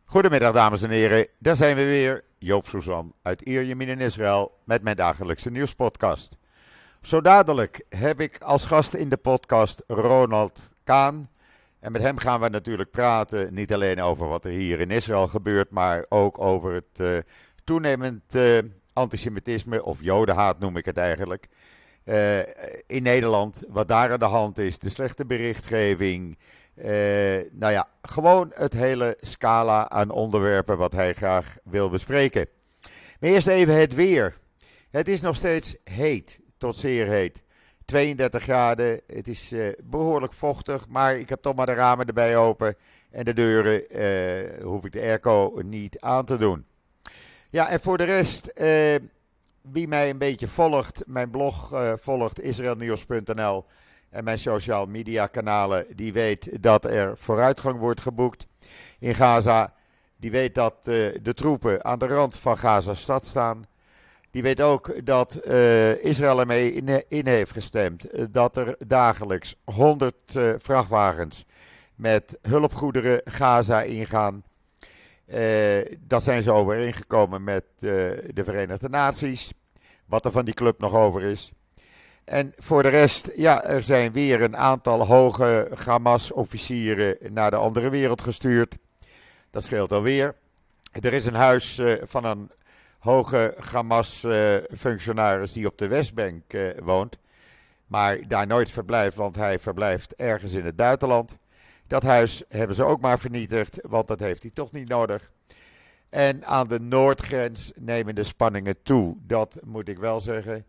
Goedemiddag dames en heren, daar zijn we weer. Joop Suzan uit Ierjemien in Israël met mijn dagelijkse nieuwspodcast. Zo dadelijk heb ik als gast in de podcast Ronald Kaan. En met hem gaan we natuurlijk praten, niet alleen over wat er hier in Israël gebeurt, maar ook over het toenemend antisemitisme, of jodenhaat noem ik het eigenlijk, in Nederland. Wat daar aan de hand is, de slechte berichtgeving. Gewoon het hele scala aan onderwerpen wat hij graag wil bespreken. Maar eerst even het weer. Het is nog steeds heet, tot zeer heet. 32 graden, het is behoorlijk vochtig, maar ik heb toch maar de ramen erbij open. En de deuren hoef ik de airco niet aan te doen. Ja, en voor de rest, wie mij een beetje volgt, mijn blog volgt, israelnieuws.nl... En mijn social media kanalen, die weet dat er vooruitgang wordt geboekt in Gaza. Die weet dat de troepen aan de rand van Gaza-stad staan. Die weet ook dat Israël ermee in heeft gestemd. Dat er dagelijks 100 vrachtwagens met hulpgoederen Gaza ingaan. Dat zijn ze overeengekomen met de Verenigde Naties. Wat er van die club nog over is. En voor de rest, ja, er zijn weer een aantal hoge Hamas-officieren naar de andere wereld gestuurd. Dat scheelt alweer. Er is een huis van een hoge Hamas-functionaris die op de Westbank woont. Maar daar nooit verblijft, want hij verblijft ergens in het buitenland. Dat huis hebben ze ook maar vernietigd, want dat heeft hij toch niet nodig. En aan de noordgrens nemen de spanningen toe. Dat moet ik wel zeggen.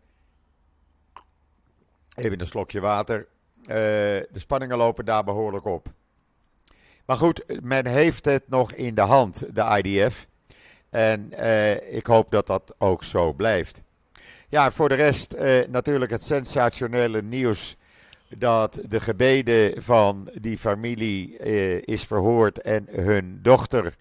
Even een slokje water. De spanningen lopen daar behoorlijk op. Maar goed, men heeft het nog in de hand, de IDF. En ik hoop dat dat ook zo blijft. Ja, voor de rest natuurlijk het sensationele nieuws dat de gebeden van die familie is verhoord en hun dochter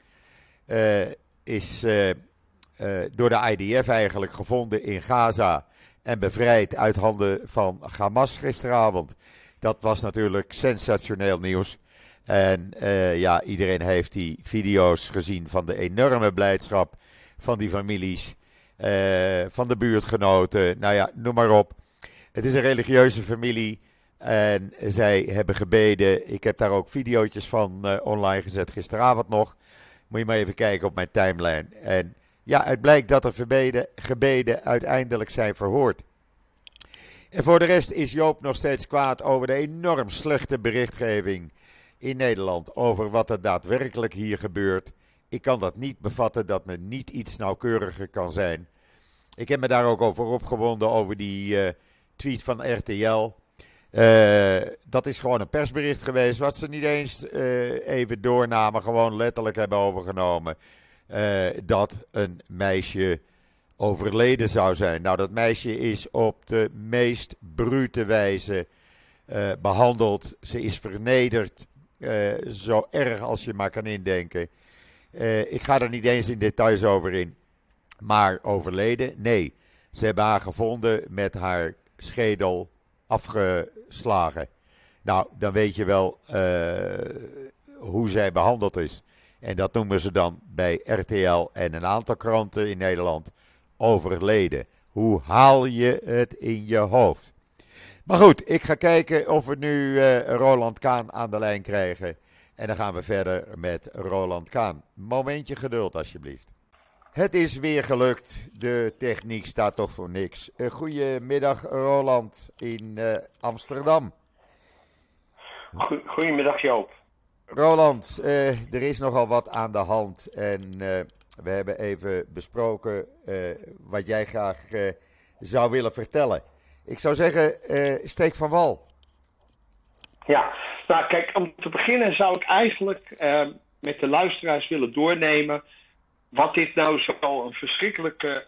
is door de IDF eigenlijk gevonden in Gaza en bevrijd uit handen van Hamas gisteravond. Dat was natuurlijk sensationeel nieuws. En iedereen heeft die video's gezien van de enorme blijdschap van die families, van de buurtgenoten, nou ja, noem maar op. Het is een religieuze familie en zij hebben gebeden. Ik heb daar ook video's van online gezet gisteravond nog. Moet je maar even kijken op mijn timeline. En ja, het blijkt dat er gebeden uiteindelijk zijn verhoord. En voor de rest is Joop nog steeds kwaad over de enorm slechte berichtgeving in Nederland. Over wat er daadwerkelijk hier gebeurt. Ik kan dat niet bevatten dat men niet iets nauwkeuriger kan zijn. Ik heb me daar ook over opgewonden over die tweet van RTL. Dat is gewoon een persbericht geweest wat ze niet eens even doornamen. Gewoon letterlijk hebben overgenomen. Dat een meisje overleden zou zijn. Nou, dat meisje is op de meest brute wijze behandeld. Ze is vernederd. Zo erg als je maar kan indenken. Ik ga er niet eens in details over in. Maar overleden? Nee. Ze hebben haar gevonden met haar schedel afgeslagen. Nou, dan weet je wel hoe zij behandeld is. En dat noemen ze dan bij RTL en een aantal kranten in Nederland overleden. Hoe haal je het in je hoofd? Maar goed, ik ga kijken of we nu Roland Kaan aan de lijn krijgen. En dan gaan we verder met Roland Kaan. Momentje geduld alsjeblieft. Het is weer gelukt. De techniek staat toch voor niks. Goedemiddag Roland in Amsterdam. Goedemiddag Joop. Roland, er is nogal wat aan de hand en we hebben even besproken wat jij graag zou willen vertellen. Ik zou zeggen, steek van wal. Ja, nou kijk, om te beginnen zou ik eigenlijk met de luisteraars willen doornemen wat dit nou zo een verschrikkelijke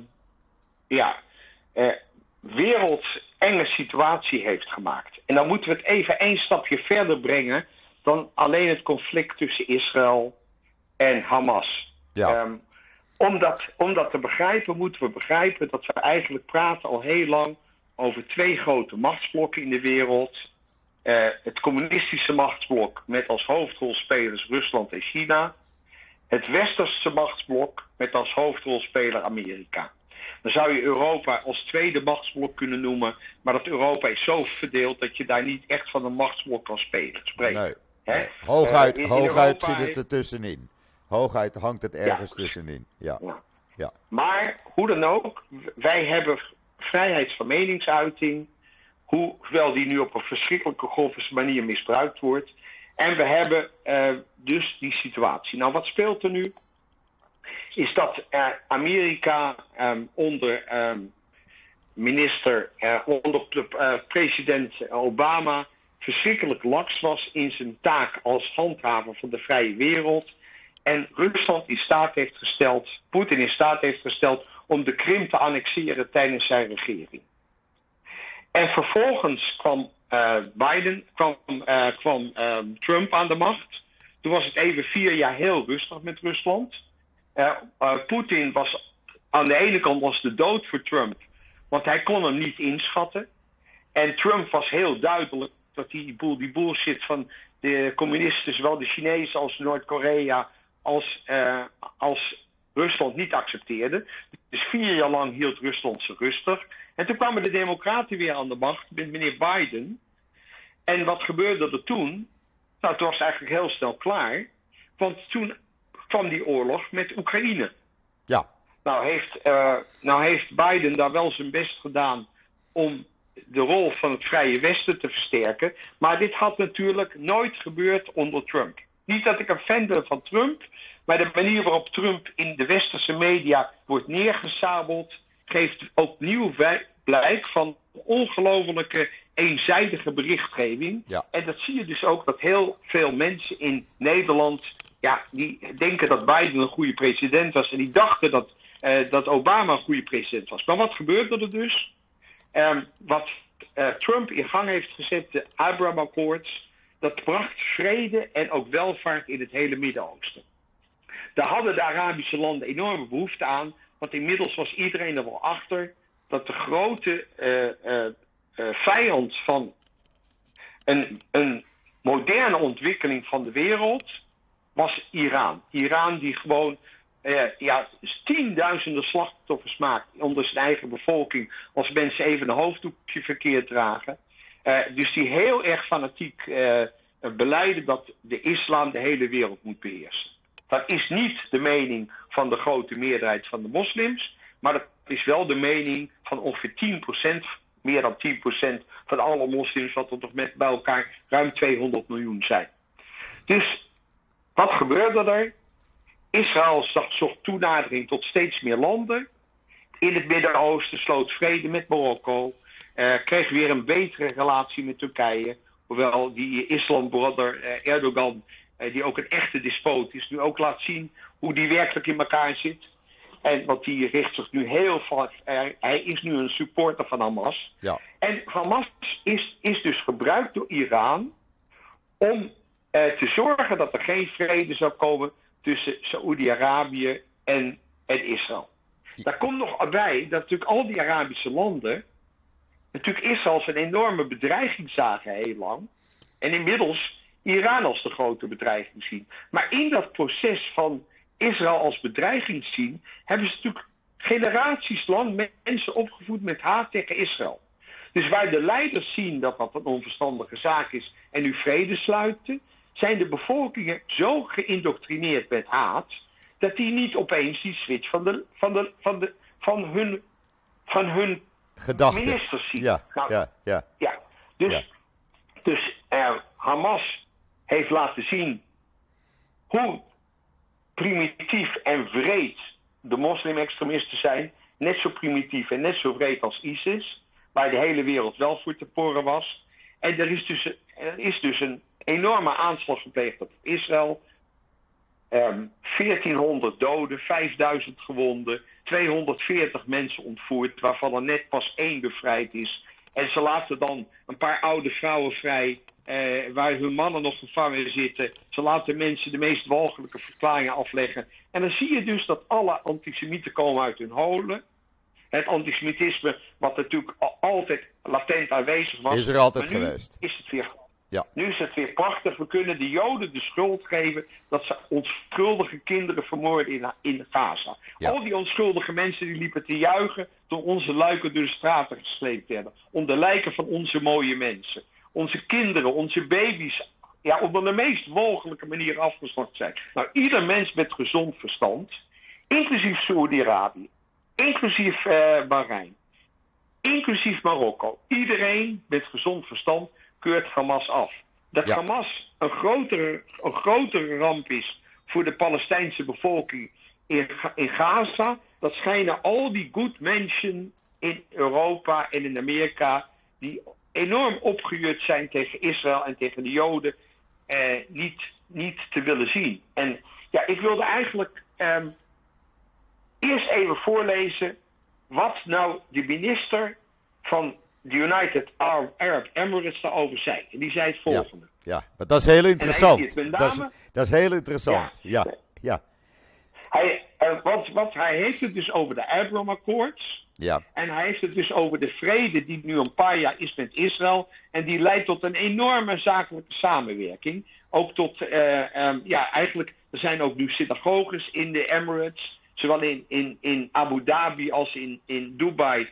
wereldenge situatie heeft gemaakt. En dan moeten we het even één stapje verder brengen dan alleen het conflict tussen Israël en Hamas. Ja. Om dat te begrijpen, moeten we begrijpen dat we eigenlijk praten al heel lang over twee grote machtsblokken in de wereld. Het communistische machtsblok met als hoofdrolspelers Rusland en China. het westerse machtsblok met als hoofdrolspeler Amerika. Dan zou je Europa als tweede machtsblok kunnen noemen, maar dat Europa is zo verdeeld dat je daar niet echt van een machtsblok kan spreken. Nee. Hooguit Europa zit het er tussenin. Hooguit hangt het ergens tussenin. Ja. Maar hoe dan ook, wij hebben vrijheid van meningsuiting, hoewel die nu op een verschrikkelijke grove manier misbruikt wordt. En we hebben dus die situatie. Nou, wat speelt er nu? Is dat Amerika onder president Obama verschrikkelijk laks was in zijn taak als handhaver van de vrije wereld. En Rusland in staat heeft gesteld, Poetin in staat heeft gesteld om de Krim te annexeren tijdens zijn regering. En vervolgens kwam Trump aan de macht. Toen was het even 4 jaar heel rustig met Rusland. Poetin was aan de ene kant was de dood voor Trump, want hij kon hem niet inschatten. En Trump was heel duidelijk dat die bullshit van de communisten, zowel de Chinezen als Noord-Korea, als Rusland niet accepteerde. Dus 4 jaar lang hield Rusland zich rustig. En toen kwamen de Democraten weer aan de macht met meneer Biden. En wat gebeurde er toen? Nou, het was eigenlijk heel snel klaar. Want toen kwam die oorlog met Oekraïne. Ja. Nou heeft Biden daar wel zijn best gedaan om de rol van het Vrije Westen te versterken. Maar dit had natuurlijk nooit gebeurd onder Trump. Niet dat ik een fan ben van Trump, maar de manier waarop Trump in de westerse media wordt neergesabeld, geeft opnieuw blijk van ongelofelijke eenzijdige berichtgeving. Ja. En dat zie je dus ook dat heel veel mensen in Nederland, die denken dat Biden een goede president was en die dachten dat Obama een goede president was. Maar wat gebeurde er dus? Wat Trump in gang heeft gezet, de Abraham Accords, dat bracht vrede en ook welvaart in het hele Midden-Oosten. Daar hadden de Arabische landen enorme behoefte aan, want inmiddels was iedereen er wel achter dat de grote vijand van een moderne ontwikkeling van de wereld was Iran. Iran die gewoon tienduizenden slachtoffers maakt onder zijn eigen bevolking als mensen even een hoofddoekje verkeerd dragen. Dus die heel erg fanatiek belijden dat de islam de hele wereld moet beheersen. Dat is niet de mening van de grote meerderheid van de moslims, maar dat is wel de mening van ongeveer 10%, meer dan 10% van alle moslims, wat er toch met bij elkaar ruim 200 miljoen zijn. Dus wat gebeurde er? Israël zocht toenadering tot steeds meer landen. In het Midden-Oosten sloot vrede met Marokko. Kreeg weer een betere relatie met Turkije. Hoewel die islambroeder Erdogan, die ook een echte despoot is, nu ook laat zien hoe die werkelijk in elkaar zit. Want die richt zich nu heel vaak. Hij is nu een supporter van Hamas. Ja. En Hamas is dus gebruikt door Iran om te zorgen dat er geen vrede zou komen tussen Saoedi-Arabië en Israël. Daar komt nog bij dat natuurlijk al die Arabische landen natuurlijk Israël als een enorme bedreiging zagen heel lang. En inmiddels Iran als de grote bedreiging zien. Maar in dat proces van Israël als bedreiging zien, hebben ze natuurlijk generaties lang mensen opgevoed met haat tegen Israël. Dus waar de leiders zien dat dat een onverstandige zaak is en nu vrede sluiten, zijn de bevolkingen zo geïndoctrineerd met haat dat die niet opeens die switch van hun gedachten, ministers zien. Ja. Dus Hamas heeft laten zien hoe primitief en wreed de moslim-extremisten zijn. Net zo primitief en net zo wreed als ISIS, waar de hele wereld wel voor te poren was. En er is dus een enorme aanslag gepleegd op Israël. 1400 doden, 5000 gewonden, 240 mensen ontvoerd, waarvan er net pas 1 bevrijd is. En ze laten dan een paar oude vrouwen vrij, waar hun mannen nog gevangen zitten. Ze laten mensen de meest walgelijke verklaringen afleggen. En dan zie je dus dat alle antisemieten komen uit hun holen. Het antisemitisme, wat natuurlijk altijd latent aanwezig was. Is er altijd geweest. Is het weer Ja. Nu is het weer prachtig. We kunnen de Joden de schuld geven dat ze onschuldige kinderen vermoorden in Gaza. Ja. Al die onschuldige mensen die liepen te juichen toen onze luiken door de straten gesleept werden. Om de lijken van onze mooie mensen. Onze kinderen, onze baby's, op de meest walgelijke manier afgeslacht zijn. Nou, ieder mens met gezond verstand, inclusief Saoedi-Arabië, inclusief Bahrein, inclusief Marokko. Iedereen met gezond verstand keurt Hamas af. Dat Hamas een grotere ramp is voor de Palestijnse bevolking in Gaza, dat schijnen al die good mensen in Europa en in Amerika, die enorm opgejut zijn tegen Israël en tegen de Joden, niet te willen zien. En ik wilde eigenlijk eerst even voorlezen wat nou de minister van de United Arab Emirates daarover zei. En die zei het volgende. Ja, maar dat is heel interessant. Dat is heel interessant. Ja. Want hij heeft het dus over de Abraham Accords. Ja. En hij heeft het dus over de vrede die nu een paar jaar is met Israël. En die leidt tot een enorme zakelijke samenwerking. Ook tot, eigenlijk, er zijn ook nu synagoges in de Emirates. Zowel in Abu Dhabi als in Dubai.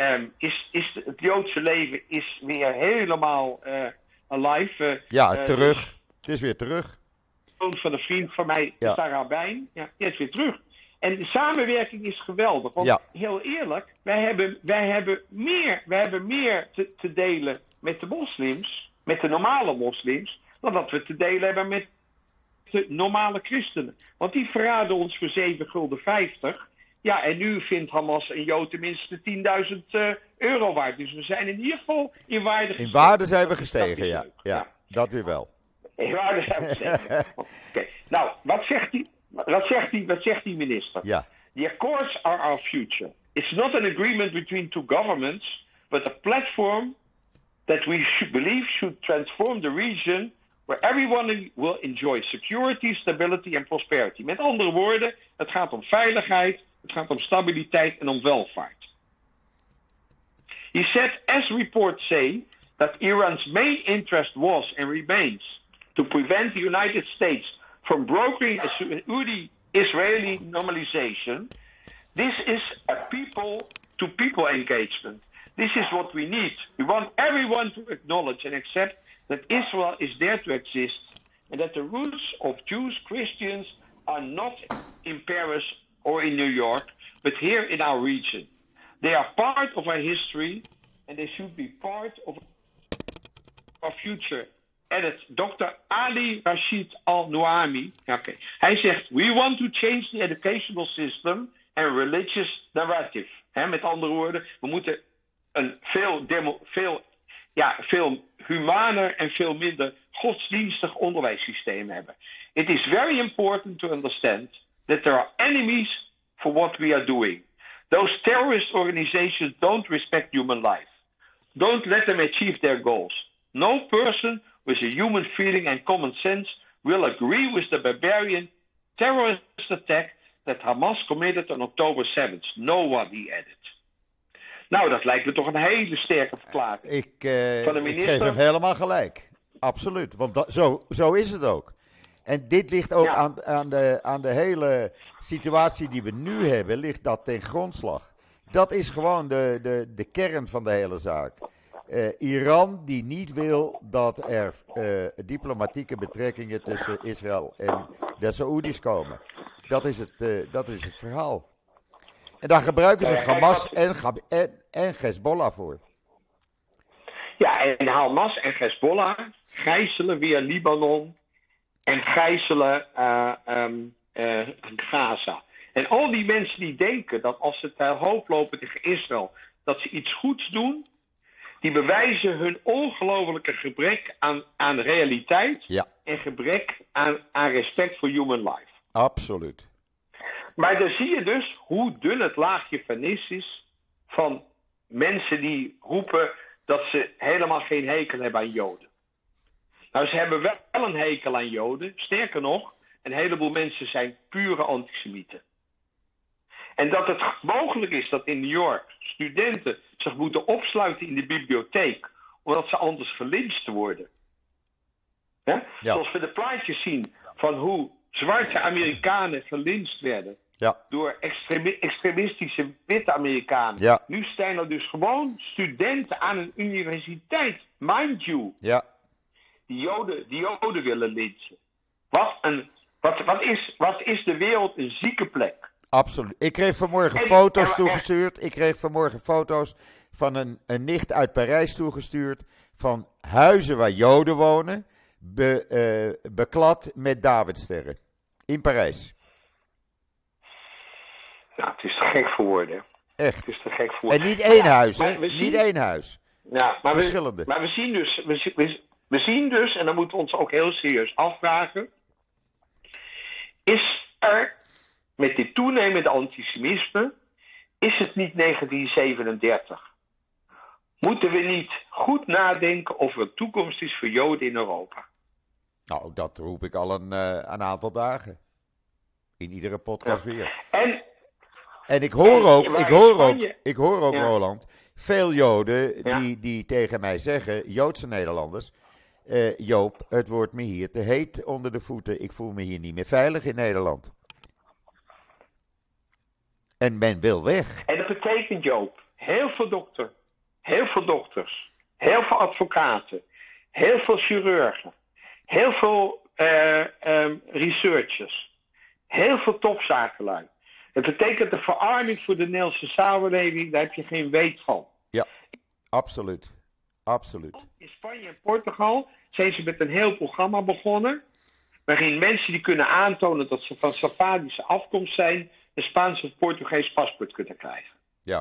Het Joodse leven is weer helemaal alive. Terug. Het is weer terug. Van een vriend van mij, Sarah Bijn. Ja, die is weer terug. En de samenwerking is geweldig. Want heel eerlijk, wij hebben meer te delen met de moslims, met de normale moslims, dan dat we te delen hebben met de normale christenen. Want die verraden ons voor 7,50 gulden. Ja, en nu vindt Hamas een Jood tenminste €10.000 waard. Dus we zijn in ieder geval in waarde gestegen. In waarde zijn we gestegen, ja. Dat weer wel. In waarde zijn we gestegen. Oké. Nou, wat zegt die minister? Ja. The accords are our future. It's not an agreement between two governments, but a platform that we believe should transform the region where everyone will enjoy security, stability and prosperity. Met andere woorden, het gaat om veiligheid, het gaat om stabiliteit en om welvaart. He said, as reports say, that Iran's main interest was and remains to prevent the United States from brokering a Saudi-Israeli normalization. This is a people-to-people engagement. This is what we need. We want everyone to acknowledge and accept that Israel is there to exist and that the roots of Jews, Christians are not in Paris or in New York, but here in our region. They are part of our history and they should be part of our future. Added Dr. Ali Rashid Al-Nouami. Okay. Hij zegt, we want to change the educational system and religious narrative. Met andere woorden, we moeten een veel humaner en veel minder godsdienstig onderwijssysteem hebben. It is very important to understand that there are enemies for what we are doing. Those terrorist organizations don't respect human life. Don't let them achieve their goals. No person with a human feeling and common sense will agree with the barbarian terrorist attack that Hamas committed on October 7th. No one, he added. Nou, dat lijkt me toch een hele sterke verklaring. Van de minister. Ik geef hem helemaal gelijk. Absoluut, want zo is het ook. En dit ligt ook aan de hele situatie die we nu hebben, ligt dat ten grondslag. Dat is gewoon de kern van de hele zaak. Iran die niet wil dat er diplomatieke betrekkingen tussen Israël en de Saoedi's komen. Dat is het verhaal. En daar gebruiken ze Hamas en Hezbollah voor. Ja, en Hamas en Hezbollah gijzelen weer Libanon en gijzelen Gaza. En al die mensen die denken dat als ze ter hoop lopen tegen Israël, dat ze iets goeds doen, die bewijzen hun ongelofelijke gebrek aan realiteit en gebrek aan respect voor human life. Absoluut. Maar dan zie je dus hoe dun het laagje vernis is van mensen die roepen dat ze helemaal geen hekel hebben aan Joden. Nou, ze hebben wel een hekel aan Joden. Sterker nog, een heleboel mensen zijn pure antisemieten. En dat het mogelijk is dat in New York studenten zich moeten opsluiten in de bibliotheek, omdat ze anders gelyncht worden. Hè? Ja. Zoals we de plaatjes zien van hoe zwarte Amerikanen gelinst werden Ja. door extremistische witte Amerikanen. Ja. Nu zijn er dus gewoon studenten aan een universiteit, mind you, Ja. die Joden willen linsen. Wat is de wereld een zieke plek? Absoluut. Ik kreeg vanmorgen foto's toegestuurd. Ik kreeg vanmorgen foto's van een nicht uit Parijs toegestuurd. Van huizen waar Joden wonen. Beklad met Davidsterren. In Parijs. Nou, het is te gek voor woorden. Echt. Het is te gek voor woorden. En niet één huis, hè? Niet één huis. Ja, maar verschillende. Maar we zien dus, en dan moeten we ons ook heel serieus afvragen. Is er met dit toenemende antisemitisme, is het niet 1937? Moeten we niet goed nadenken of er een toekomst is voor Joden in Europa? Nou, dat roep ik al een aantal dagen. In iedere podcast weer. En ik hoor ook, Roland, veel Joden die tegen mij zeggen, Joodse Nederlanders, Joop, het wordt me hier te heet onder de voeten. Ik voel me hier niet meer veilig in Nederland. En men wil weg. En dat betekent, Joop, heel veel dokters, heel veel advocaten, heel veel chirurgen, heel veel researchers, heel veel topzakenlui. Het betekent de verarming voor de Nederlandse samenleving, daar heb je geen weet van. Ja, absoluut. Absoluut. In Spanje en Portugal zijn ze met een heel programma begonnen, waarin mensen die kunnen aantonen dat ze van Safadische afkomst zijn, een Spaans of Portugees paspoort kunnen krijgen. Ja.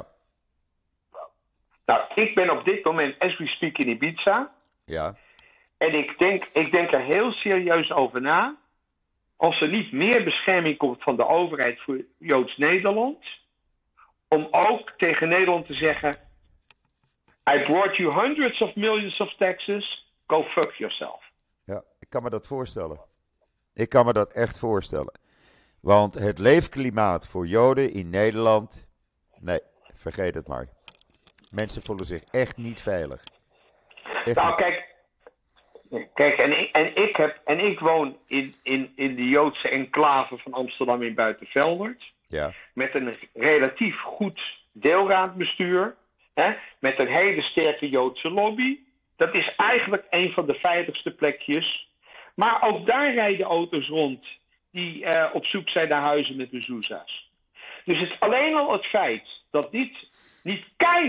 Nou, ik ben op dit moment, as we speak, in Ibiza. Ja. En ik denk er heel serieus over na. Als er niet meer bescherming komt van de overheid voor Joods Nederland, om ook tegen Nederland te zeggen, I brought you hundreds of millions of taxes, go fuck yourself. Ja, ik kan me dat voorstellen. Ik kan me dat echt voorstellen. Want het leefklimaat voor Joden in Nederland, nee, vergeet het maar. Mensen voelen zich echt niet veilig. Echt nou, niet. Kijk, en ik woon in de Joodse enclave van Amsterdam in Buitenveldert. Ja. Met een relatief goed deelraadbestuur. Hè, met een hele sterke Joodse lobby. Dat is eigenlijk een van de veiligste plekjes. Maar ook daar rijden auto's rond die op zoek zijn naar huizen met de Zouza's. Dus het alleen al het feit dat dit niet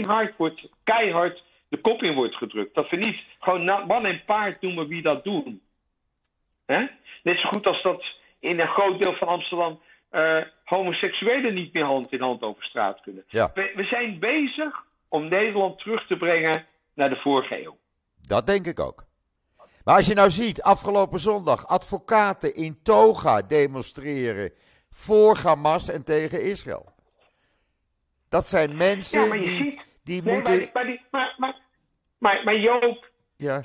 keihard de kop in wordt gedrukt. Dat we niet gewoon man en paard noemen wie dat doen. Hè? Net zo goed als dat in een groot deel van Amsterdam homoseksuelen niet meer hand in hand over straat kunnen. Ja. We zijn bezig om Nederland terug te brengen naar de vorige eeuw. Dat denk ik ook. Maar als je nou ziet, afgelopen zondag, advocaten in toga demonstreren voor Hamas en tegen Israël. Dat zijn mensen die moeten... Maar Joop, ja.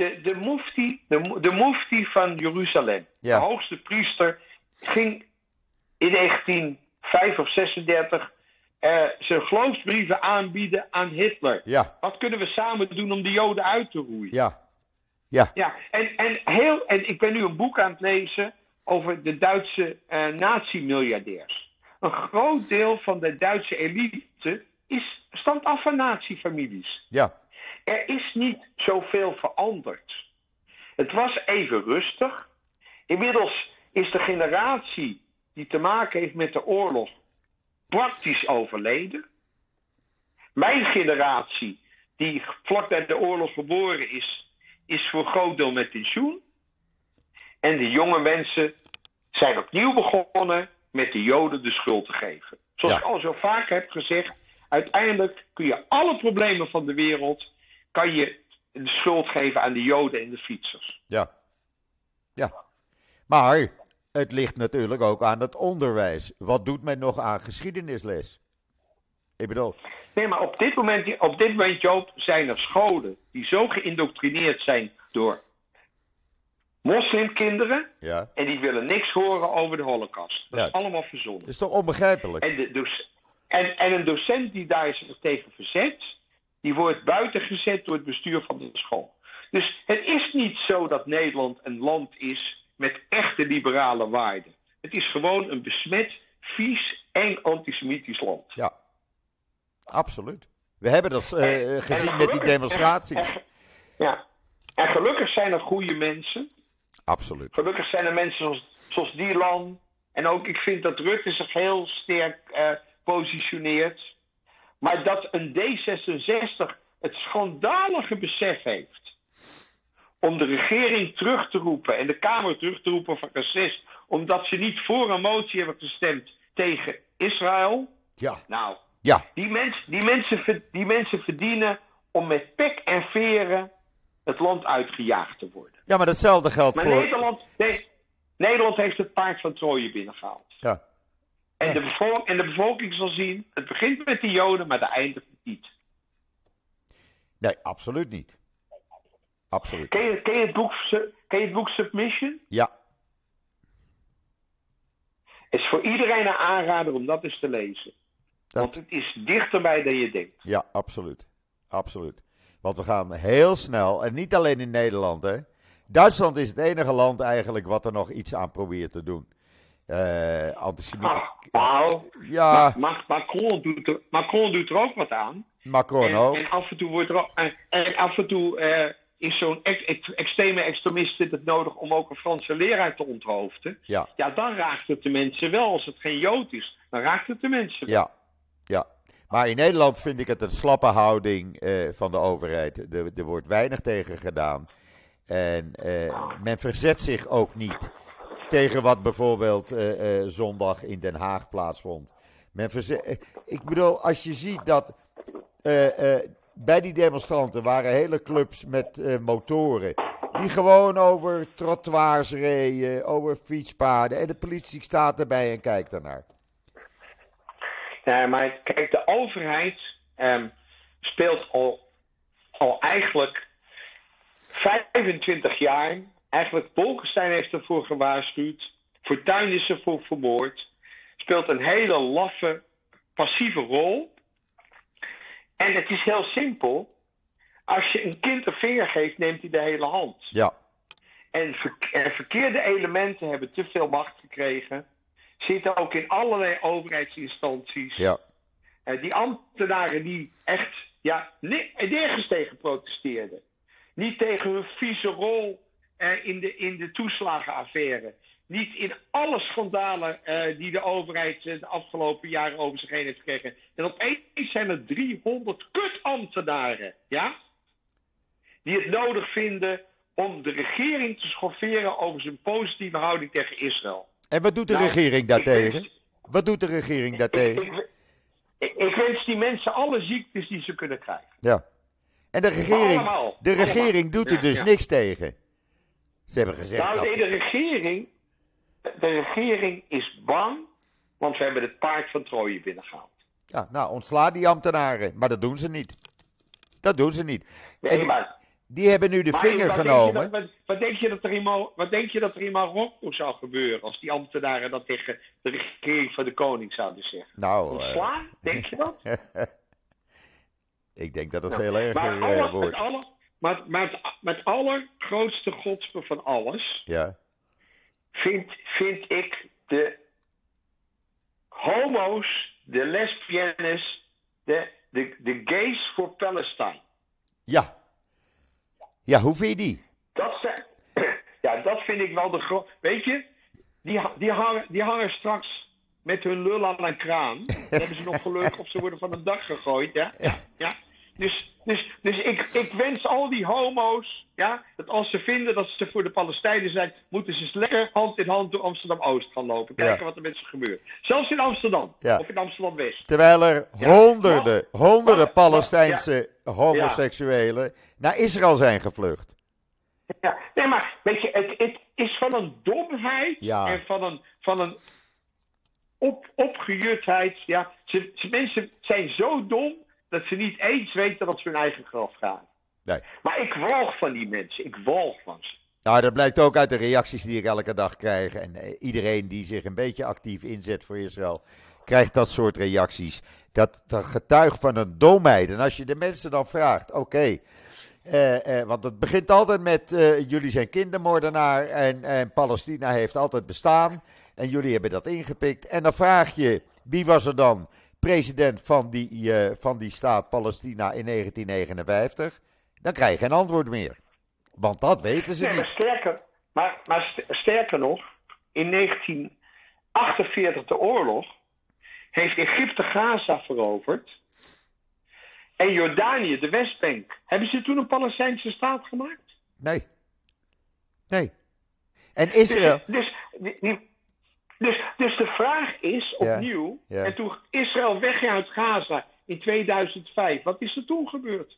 de mufti van Jeruzalem, Ja. de hoogste priester, ging in 1935 of 36 zijn geloofsbrieven aanbieden aan Hitler. Ja. Wat kunnen we samen doen om de Joden uit te roeien? Ja. Ja. Ja, en ik ben nu een boek aan het lezen over de Duitse nazi-miljardairs. Een groot deel van de Duitse elite stamt af van nazi-families. Ja. Er is niet zoveel veranderd. Het was even rustig. Inmiddels is de generatie die te maken heeft met de oorlog praktisch overleden. Mijn generatie, die vlak bij de oorlog geboren is voor een groot deel met pensioen. En de jonge mensen zijn opnieuw begonnen met de Joden de schuld te geven. Zoals ik al zo vaak heb gezegd, uiteindelijk kun je alle problemen van de wereld, kan je de schuld geven aan de Joden en de fietsers. Ja. Ja. Maar het ligt natuurlijk ook aan het onderwijs. Wat doet men nog aan geschiedenisles? Ik bedoel... Nee, maar op dit moment, Joop, zijn er scholen die zo geïndoctrineerd zijn door moslimkinderen. Ja. En die willen niks horen over de Holocaust. Dat is allemaal verzonnen. Dat is toch onbegrijpelijk? En een docent die daar zich tegen verzet, die wordt buiten gezet door het bestuur van de school. Dus het is niet zo dat Nederland een land is met echte liberale waarden. Het is gewoon een besmet, vies, eng antisemitisch land. Ja, absoluut. We hebben dat gezien met die demonstraties. En gelukkig zijn er goede mensen. Absoluut. Gelukkig zijn er mensen zoals Dylan. En ook ik vind dat Rutte zich heel sterk positioneert. Maar dat een D66 het schandalige besef heeft om de regering terug te roepen en de Kamer terug te roepen van reces, omdat ze niet voor een motie hebben gestemd tegen Israël. Ja. Nou, ja. die mensen verdienen om met pek en veren het land uitgejaagd te worden. Ja, maar datzelfde geldt maar voor... Nederland heeft het paard van Troje binnengehaald. Ja. En de bevolking zal zien, het begint met de Joden, maar dat eindigt het niet. Nee, absoluut niet. Absoluut. Ken je het boek Submission? Ja. Het is voor iedereen een aanrader om dat eens te lezen. Want het is dichterbij dan je denkt. Ja, absoluut. Absoluut. Want we gaan heel snel, en niet alleen in Nederland, hè. Duitsland is het enige land eigenlijk wat er nog iets aan probeert te doen. Antisemieten. Ja. Macron doet er ook wat aan. Macron ook. En af en toe wordt er is zo'n extreme extremist het nodig om ook een Franse leraar te onthoofden. Ja, dan raakt het de mensen wel. Als het geen Jood is, dan raakt het de mensen wel. Ja. Maar in Nederland vind ik het een slappe houding van de overheid. Er wordt weinig tegen gedaan. En men verzet zich ook niet tegen wat bijvoorbeeld zondag in Den Haag plaatsvond. Ik bedoel, als je ziet dat bij die demonstranten waren hele clubs met motoren die gewoon over trottoirs reden, over fietspaden. En de politie staat erbij en kijkt ernaar. Ja, maar kijk, de overheid speelt al eigenlijk 25 jaar. Eigenlijk Bolkestein heeft ervoor gewaarschuwd. Fortuyn is ervoor vermoord. Speelt een hele laffe, passieve rol. En het is heel simpel. Als je een kind een vinger geeft, neemt hij de hele hand. Ja. En verkeerde elementen hebben te veel macht gekregen. Zitten ook in allerlei overheidsinstanties. Ja. Die ambtenaren die echt nergens tegen protesteerden. Niet tegen hun vieze rol in de toeslagenaffaire. Niet in alle schandalen die de overheid de afgelopen jaren over zich heen heeft gekregen. En opeens zijn er 300 kutambtenaren, ja? Die het nodig vinden om de regering te schofferen over zijn positieve houding tegen Israël. En wat doet de regering daartegen? Wat doet de regering daartegen? Ik wens die mensen alle ziektes die ze kunnen krijgen. Ja. En de regering doet er dus niks tegen. Ze hebben gezegd dat... De regering is bang, want we hebben het paard van Troje binnengehaald. Ja, nou, ontsla die ambtenaren. Maar dat doen ze niet. Dat doen ze niet. Die hebben nu de vinger genomen. Wat denk je dat er in Marokko zou gebeuren als die ambtenaren dat tegen de regering van de koning zouden zeggen? Nou, ontslaan? Denk je dat? Ik denk dat het veel erger wordt. Maar het allergrootste godsbe van alles... Ja. Vind ik de homo's, de lesbiennes, de gays voor Palestine. Ja. Ja, hoe vind je die? Dat vind ik wel de groot... Weet je, die hangen straks met hun lul aan een kraan. Dan hebben ze nog geluk of ze worden van het dak gegooid, ja. Dus ik wens al die homo's, ja, dat als ze vinden dat ze voor de Palestijnen zijn, moeten ze lekker hand in hand door Amsterdam-Oost gaan lopen. Kijken wat er met ze gebeurt. Zelfs in Amsterdam of in Amsterdam-West. Terwijl er honderden Palestijnse homoseksuelen naar Israël zijn gevlucht. Ja, nee, maar weet je, het is van een domheid en van een opgejutheid. Ja. Mensen zijn zo dom dat ze niet eens weten dat ze hun eigen graf gaan. Nee. Maar ik walg van die mensen. Ik walg van ze. Nou, dat blijkt ook uit de reacties die ik elke dag krijg. En iedereen die zich een beetje actief inzet voor Israël, krijgt dat soort reacties. Dat getuigt van een domheid. En als je de mensen dan vraagt, oké, Want het begint altijd met jullie zijn kindermoordenaar en Palestina heeft altijd bestaan. En jullie hebben dat ingepikt. En dan vraag je, wie was er dan president van die staat Palestina in 1959? Dan krijg je geen antwoord meer. Want dat weten ze niet. Maar sterker nog, in 1948 de oorlog heeft Egypte Gaza veroverd. En Jordanië, de Westbank. Hebben ze toen een Palestijnse staat gemaakt? Nee. En Israël... Dus de vraag is opnieuw... Ja. En toen Israël wegging uit Gaza in 2005... Wat is er toen gebeurd?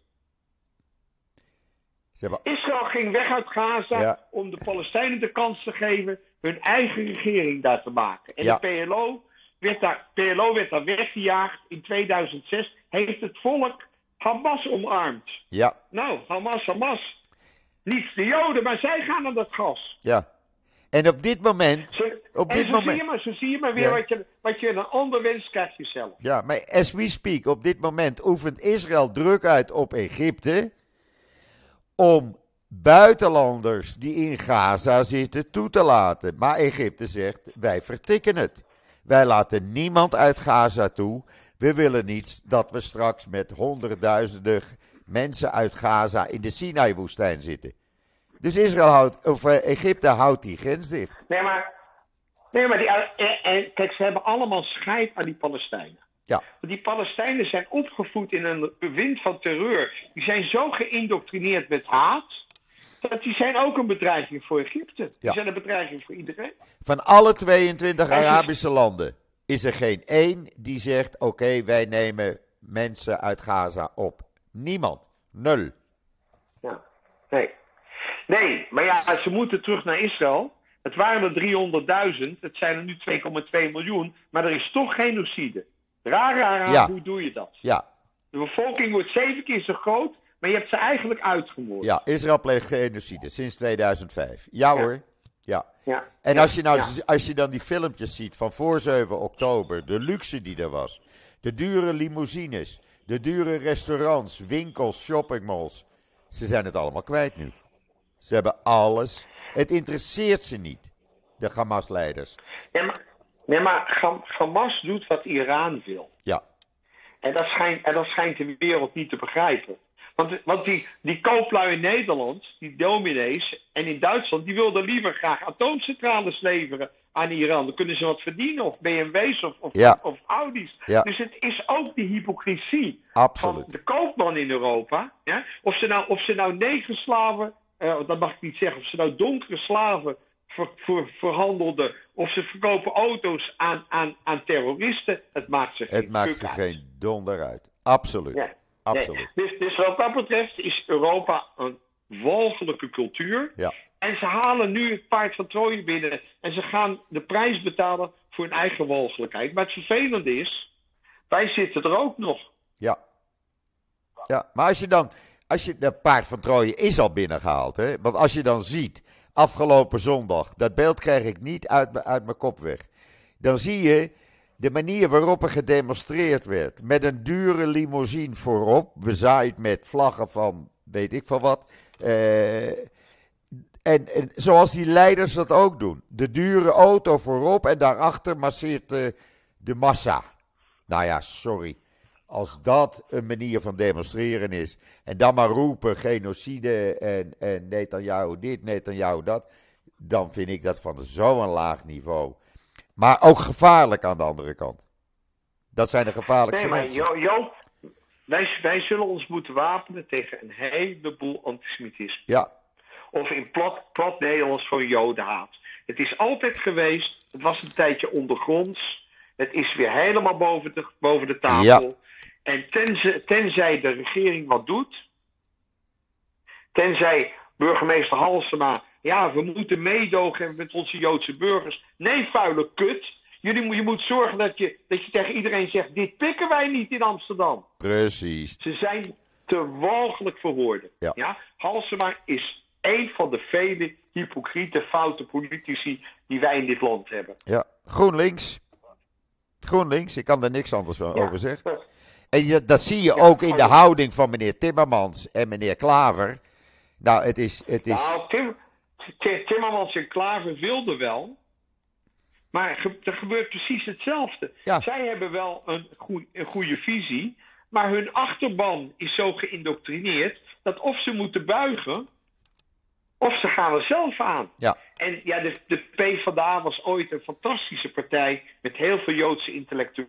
Israël ging weg uit Gaza om de Palestijnen de kans te geven... hun eigen regering daar te maken. En de PLO werd daar weggejaagd in 2006... heeft het volk Hamas omarmd. Ja. Nou, Hamas. Niet de Joden, maar zij gaan naar dat gas. Ja. En op dit moment... Zo zie je maar weer wat je een ander wens krijgt jezelf. Ja, maar as we speak, op dit moment oefent Israël druk uit op Egypte... om buitenlanders die in Gaza zitten toe te laten. Maar Egypte zegt, wij vertikken het. Wij laten niemand uit Gaza toe... We willen niet dat we straks met honderdduizenden mensen uit Gaza in de Sinai-woestijn zitten. Dus Egypte houdt die grens dicht. Nee, maar kijk, ze hebben allemaal scheid aan die Palestijnen. Ja. Want die Palestijnen zijn opgevoed in een wind van terreur. Die zijn zo geïndoctrineerd met haat, dat die zijn ook een bedreiging voor Egypte. Die zijn een bedreiging voor iedereen. Van alle 22 Arabische landen is er geen één die zegt, oké, wij nemen mensen uit Gaza op. Niemand. Nul. Ja. Nee, maar ja, ze moeten terug naar Israël. Het waren er 300.000, het zijn er nu 2,2 miljoen, maar er is toch genocide. Raar, hoe doe je dat? Ja. De bevolking wordt 7 keer zo groot, maar je hebt ze eigenlijk uitgemoord. Ja, Israël pleegt genocide sinds 2005. Ja hoor. Ja. Ja. En als je dan die filmpjes ziet van voor 7 oktober, de luxe die er was, de dure limousines, de dure restaurants, winkels, shoppingmalls, ze zijn het allemaal kwijt nu. Ze hebben alles. Het interesseert ze niet, de Hamas-leiders. Nee, maar Hamas doet wat Iran wil. Ja. En dat schijnt de wereld niet te begrijpen. Want die kooplui in Nederland, die dominees, en in Duitsland, die wilden liever graag atoomcentrales leveren aan Iran. Dan kunnen ze wat verdienen, of BMW's of Audi's. Ja. Dus het is ook die hypocrisie Absoluut. van de koopman in Europa. Ja? Of ze nou negerslaven, dat mag ik niet zeggen, of ze nou donkere slaven verhandelden, of ze verkopen auto's aan terroristen, het maakt ze geen donder uit. Absoluut. Ja. Absoluut. Nee. Dus wat dat betreft is Europa een walgelijke cultuur. Ja. En ze halen nu het paard van Troje binnen. En ze gaan de prijs betalen voor hun eigen walgelijkheid. Maar het vervelende is, wij zitten er ook nog. Ja. Ja, maar als je dat paard van Troje is al binnengehaald, hè? Want als je dan ziet, afgelopen zondag, dat beeld krijg ik niet uit mijn kop weg. Dan zie je de manier waarop er gedemonstreerd werd. Met een dure limousine voorop, bezaaid met vlaggen van weet ik van wat. En zoals die leiders dat ook doen. De dure auto voorop en daarachter masseert de massa. Nou ja, sorry. Als dat een manier van demonstreren is. En dan maar roepen genocide en Netanyahu dit, Netanyahu dat. Dan vind ik dat van zo'n laag niveau. Maar ook gevaarlijk aan de andere kant. Dat zijn de gevaarlijkste mensen. Joop, wij zullen ons moeten wapenen tegen een heleboel antisemitisme. Ja. Of in plat Nederlands voor jodenhaat. Het is altijd geweest. Het was een tijdje ondergronds. Het is weer helemaal boven de tafel. Ja. En tenzij de regering wat doet. Tenzij burgemeester Halsema. Ja, we moeten meedogen met onze Joodse burgers. Nee, vuile kut. Je moet zorgen dat je tegen iedereen zegt, dit pikken wij niet in Amsterdam. Precies. Ze zijn te walgelijk voor woorden. Ja? Halsema is een van de vele hypocriete, foute politici die wij in dit land hebben. Ja, GroenLinks, ik kan er niks anders over zeggen. En dat zie je ook in de houding van meneer Timmermans en meneer Klaver. Nou, het is... Nou, Timmermans en Klaver wilden wel. Maar er gebeurt precies hetzelfde. Ja. Zij hebben wel een goede visie. Maar hun achterban is zo geïndoctrineerd dat of ze moeten buigen, of ze gaan er zelf aan. Ja. En ja, de PvdA was ooit een fantastische partij met heel veel Joodse intellectuelen.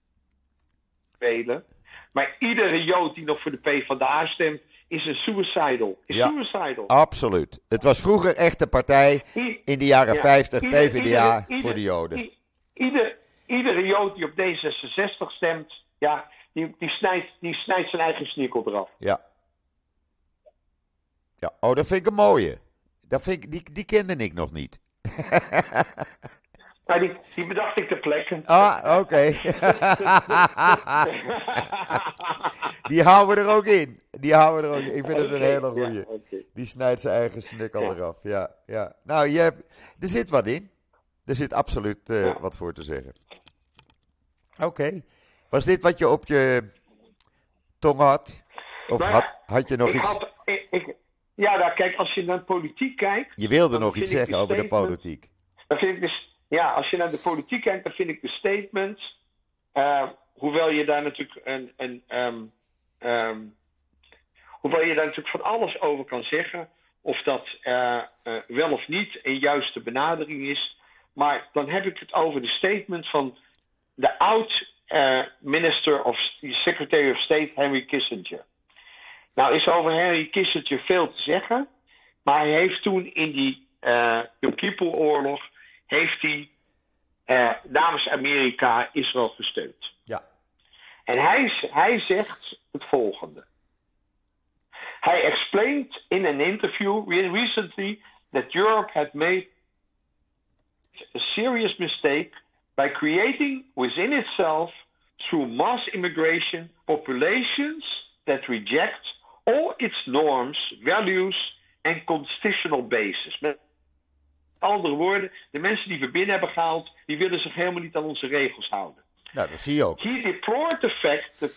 Maar iedere Jood die nog voor de PvdA stemt, is een suicidal. Suicidal. Absoluut. Het was vroeger echt een partij in de jaren 50, PvdA voor de Joden. Iedere Jood die op D66 stemt, ja, die snijdt zijn eigen snikkel eraf. Ja. Ja. Oh, dat vind ik een mooie. Die kende ik nog niet. Nou, die bedacht ik ter plekke. Ah, oké. Die houden we er ook in. Ik vind het een hele goeie. Ja, okay. Die snijdt zijn eigen snikkel eraf. Ja. Nou, er zit wat in. Er zit absoluut wat voor te zeggen. Oké. Was dit wat je op je tong had? Of had je nog iets? Ja, nou, kijk, als je naar de politiek kijkt... Je wilde nog iets zeggen over de politiek. Dan vind ik dus... Ja, als je naar de politiek kijkt, dan vind ik de statements... hoewel je daar natuurlijk hoewel je daar natuurlijk van alles over kan zeggen... of dat wel of niet een juiste benadering is... maar dan heb ik het over de statement van de Secretary of State Henry Kissinger. Nou is over Henry Kissinger veel te zeggen... maar hij heeft toen in die Yom Kippur-oorlog... heeft hij namens Amerika Israël gesteund. Ja. En hij zegt het volgende. Hij explained in an interview recently that Europe had made a serious mistake by creating within itself through mass immigration populations that reject all its norms, values and constitutional bases. Met andere woorden, de mensen die we binnen hebben gehaald, die willen zich helemaal niet aan onze regels houden. Nou, dat zie je ook. He deplored the fact that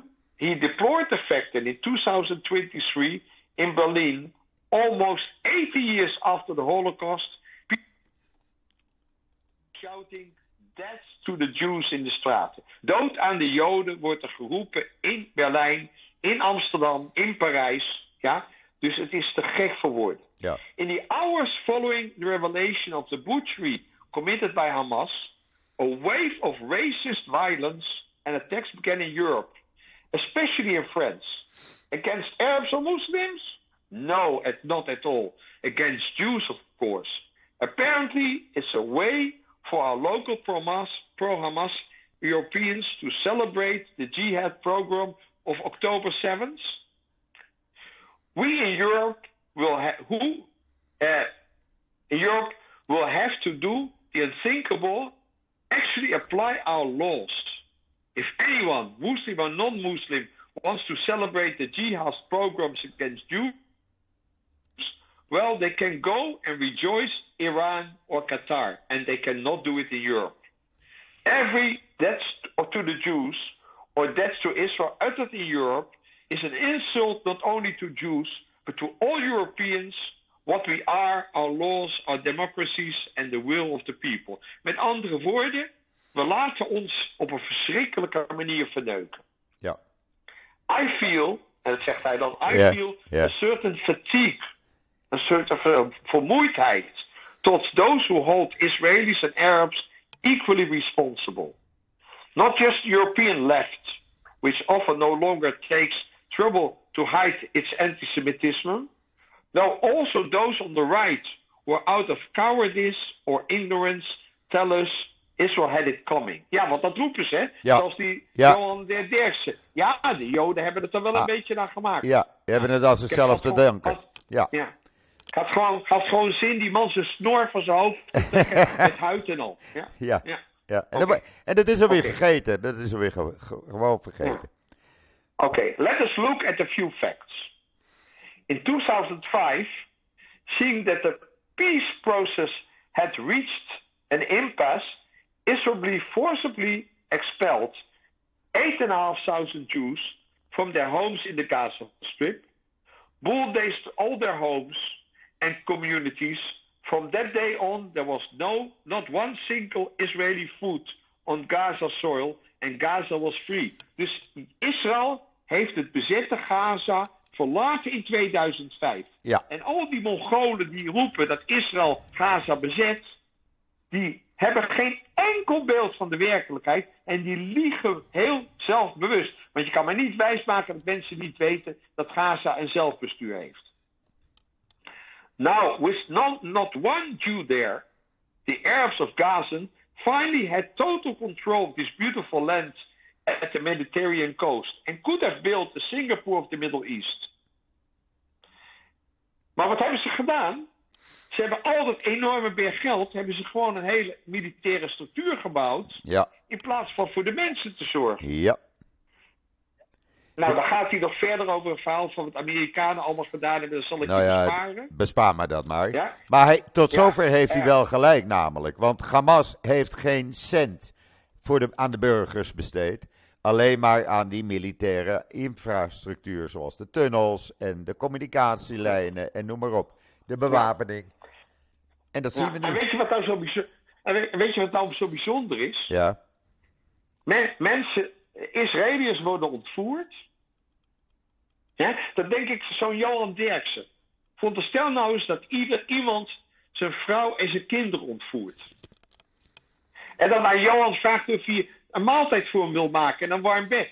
in 2023 in Berlin, almost 80 years after the Holocaust, people shouting death to the Jews in de straten. Dood aan de Joden wordt er geroepen in Berlijn, in Amsterdam, in Parijs. Ja? Dus het is te gek voor woorden. Ja. In the hours following the revelation of the butchery committed by Hamas, a wave of racist violence and attacks began in Europe, especially in France. Against Arabs or Muslims? No, not at all. Against Jews, of course. Apparently, it's a way for our local pro-Hamas Europeans to celebrate the jihad program of October 7th. We in Europe will have to do the unthinkable, actually apply our laws. If anyone, Muslim or non-Muslim, wants to celebrate the jihad programs against Jews, well, they can go and rejoice Iran or Qatar, and they cannot do it in Europe. Every death to the Jews or death to Israel uttered in Europe is an insult not only to Jews, but to all Europeans, what we are, our laws, our democracies and the will of the people. Met andere woorden, we laten ons op een verschrikkelijke manier verneuken. Ja. I feel, en dat zegt hij dan, feel a certain fatigue, een soort vermoeidheid, towards those who hold Israelis and Arabs equally responsible. Not just the European left, which often no longer takes trouble to hide its anti-Semitism. No, also those on the right who are out of cowardice or ignorance tell us Israel had it coming. Ja, want dat roepen ze, hè? Ja. Zoals die Johan Derksen. Ja, de Joden hebben het er wel een beetje naar gemaakt. Ja, die hebben het als hetzelfde denken. Ja. Gaat gewoon zin die man zijn snor van zijn hoofd met huid en al. Ja. En dat is alweer vergeten. Dat is alweer gewoon vergeten. Okay, let us look at a few facts. In 2005, seeing that the peace process had reached an impasse, Israel forcibly expelled 8,500 Jews from their homes in the Gaza Strip, bulldozed all their homes and communities. From that day on, there was not one single Israeli foot on Gaza soil and Gaza was free. Dus Israël heeft het bezette Gaza verlaten in 2005. Ja. En al die Mongolen die roepen dat Israël Gaza bezet, die hebben geen enkel beeld van de werkelijkheid en die liegen heel zelfbewust. Want je kan maar niet wijsmaken dat mensen niet weten dat Gaza een zelfbestuur heeft. Now, with not one Jew there, the Arabs of Gaza finally had total control of this beautiful land at the Mediterranean coast and could have built a Singapore of the Middle East. Maar wat hebben ze gedaan? Ze hebben al dat enorme berg geld, hebben ze gewoon een hele militaire structuur gebouwd, Ja. in plaats van voor de mensen te zorgen. Ja. Nou, dan gaat hij nog verder over een verhaal van wat Amerikanen allemaal gedaan hebben. Dat zal ik Nou je ja, besparen. bespaar maar dat maar. Ja? Maar tot Ja. zover heeft hij wel gelijk namelijk. Want Hamas heeft geen cent aan de burgers besteed. Alleen maar aan die militaire infrastructuur. Zoals de tunnels en de communicatielijnen en noem maar op. De bewapening. En dat zien we En nu. weet je wat nou zo bijzonder is? Ja. Mensen, Israëliërs worden ontvoerd. Ja? Dan denk ik zo'n Johan Derksen. Veronderstel nou eens dat iemand zijn vrouw en zijn kinderen ontvoert. En dan aan Johan vraagt of hij een maaltijd voor hem wil maken en een warm bed.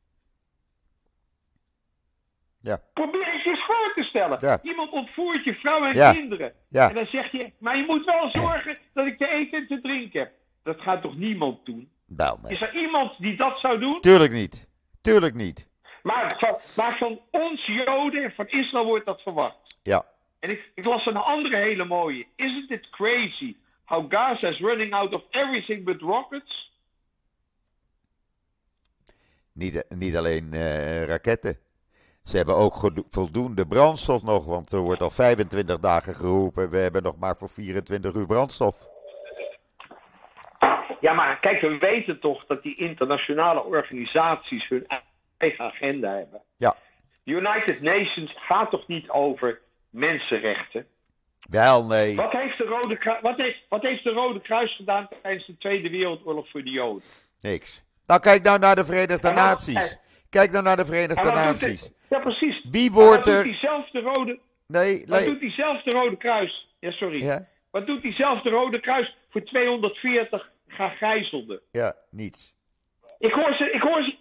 Ja. Probeer het je eens voor te stellen. Ja. Iemand ontvoert je vrouw en Ja. kinderen. Ja. En dan zeg je, maar je moet wel zorgen dat ik te eten en te drinken heb. Dat gaat toch niemand doen? Nou, nee. Is er iemand die dat zou doen? Tuurlijk niet. Tuurlijk niet. Maar van ons Joden en van Israël wordt dat verwacht. Ja. En ik las een andere hele mooie. Isn't it crazy how Gaza is running out of everything but rockets? Niet alleen raketten. Ze hebben ook voldoende brandstof nog. Want er wordt al 25 dagen geroepen. We hebben nog maar voor 24 uur brandstof. Ja, maar kijk, we weten toch dat die internationale organisaties hun eigen agenda hebben. Ja. De United Nations gaat toch niet over mensenrechten? Wel, nee. Wat heeft de Rode Kruis gedaan tijdens de Tweede Wereldoorlog voor de Joden? Niks. Nou, kijk nou naar de Verenigde En wat- Naties. Kijk nou naar de Verenigde En wat doet Naties. Ja, precies. Wie En wordt wat doet er... diezelfde Rode... Nee, Wat nee. doet diezelfde Rode Kruis? Ja, sorry. Ja? Wat doet diezelfde Rode Kruis voor 240 gegijzelden? Ja, niets. Ik hoor ze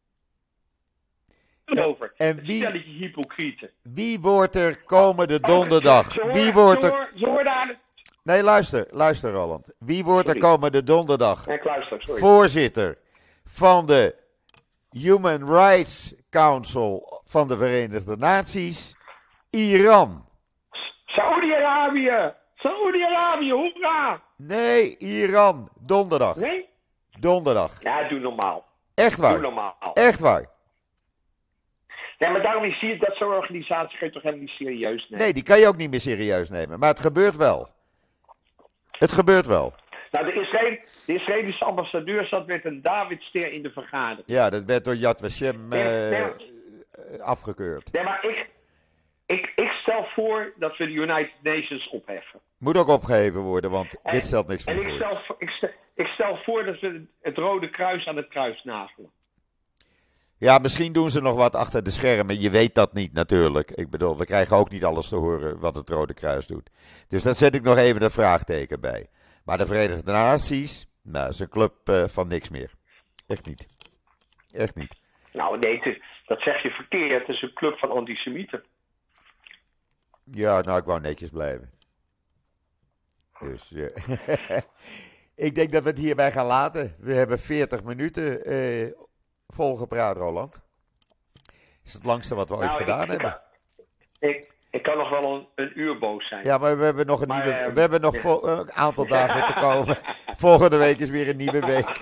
over. en Het wie- stelletje hypocrieten. Wie wordt er komende donderdag? Wie wordt er... Ze hoorden aan het... Nee, luister Roland. Wie wordt er Sorry. komende donderdag Nee, ik luister, sorry. voorzitter van de Human Rights Council van de Verenigde Naties? Iran. Saoedi-Arabië! Saoedi-Arabië, hoera! Nee, Iran. Donderdag. Nee? Donderdag. Ja, doe normaal. Echt Doe waar. normaal. Echt waar. Ja, maar daarom zie je dat zo'n organisatie kun je toch helemaal niet serieus nemen. Nee, die kan je ook niet meer serieus nemen. Maar het gebeurt wel. Het gebeurt wel. Nou, de Israëlische ambassadeur zat met een Davidster in de vergadering. Ja, dat werd door Yad Vashem afgekeurd. Nee, maar ik stel voor dat we de United Nations opheffen. Moet ook opgeheven worden, want En- dit stelt niks En meer voor. ik stel voor dat we het Rode Kruis aan het kruis nagelen. Ja, misschien doen ze nog wat achter de schermen. Je weet dat niet natuurlijk. Ik bedoel, we krijgen ook niet alles te horen wat het Rode Kruis doet. Dus daar zet ik nog even een vraagteken bij. Maar de Verenigde Naties, nou, is een club van niks meer. Echt niet. Echt niet. Nou, nee, dat zeg je verkeerd. Het is een club van antisemieten. Ja, nou, ik wou netjes blijven. Dus, ik denk dat we het hierbij gaan laten. We hebben 40 minuten volgepraat, Roland. Is het langste wat we ooit gedaan hebben. Ik kan nog wel een uur boos zijn. Ja, maar we hebben nog we hebben nog ja. een aantal dagen te komen. Volgende week is weer een nieuwe week.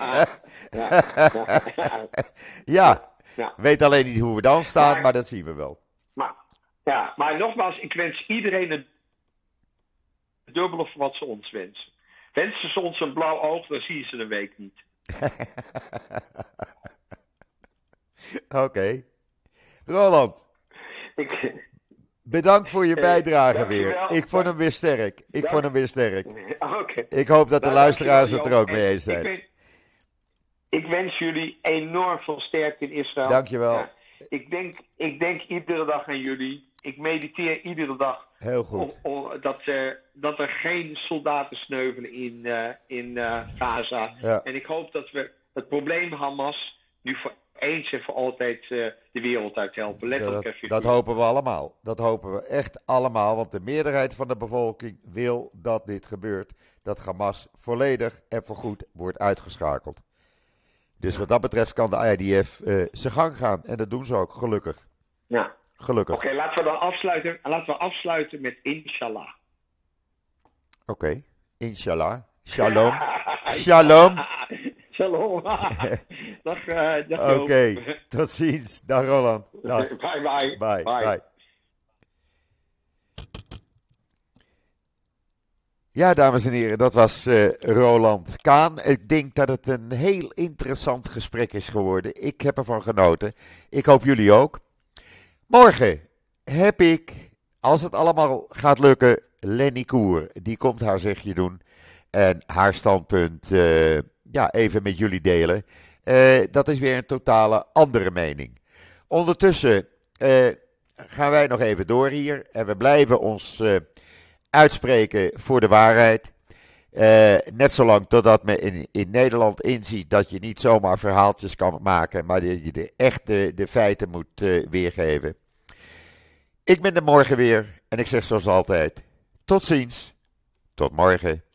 Ja, Ja. weet alleen niet hoe we dan staan, maar dat zien we wel. Maar nogmaals, ik wens iedereen het dubbele van wat ze ons wensen. Wensen ze ons een blauw oog, dan zie je ze een week niet. Oké. Roland, Ik, bedankt voor je bijdrage weer. dankjewel. Ik vond hem weer sterk. Oké. Ik hoop dat de Nou, luisteraars het dankjewel, er ook mee eens Joop. zijn. Ik wens jullie enorm veel sterkte in Israël. Dankjewel. Ja, ik denk iedere dag aan jullie. Ik mediteer iedere dag Heel goed. dat er geen soldaten sneuvelen in Gaza. Ja. En ik hoop dat we het probleem Hamas nu voor eens en voor altijd de wereld uit helpen. Letterlijk en Dat figuurlijk. hopen we allemaal. Dat hopen we echt allemaal. Want de meerderheid van de bevolking wil dat dit gebeurt. Dat Hamas volledig en voorgoed wordt uitgeschakeld. Dus wat dat betreft kan de IDF zijn gang gaan. En dat doen ze ook, gelukkig. Ja. Gelukkig. Oké, laten we dan afsluiten. Laten we afsluiten met inshallah. Oké. Inshallah. Shalom. Shalom. Shalom. Dag, Oké. Joop. Tot ziens. Dag Roland. Dag. Bye bye. Bye. Bye. Ja, dames en heren, dat was Roland Kaan. Ik denk dat het een heel interessant gesprek is geworden. Ik heb ervan genoten. Ik hoop jullie ook. Morgen heb ik, als het allemaal gaat lukken, Lenny Koer. Die komt haar zegje doen en haar standpunt even met jullie delen. Dat is weer een totale andere mening. Ondertussen gaan wij nog even door hier en we blijven ons uitspreken voor de waarheid. Net zolang totdat men in Nederland inziet dat je niet zomaar verhaaltjes kan maken, maar dat je de feiten moet weergeven. Ik ben er morgen weer en ik zeg zoals altijd, tot ziens, tot morgen.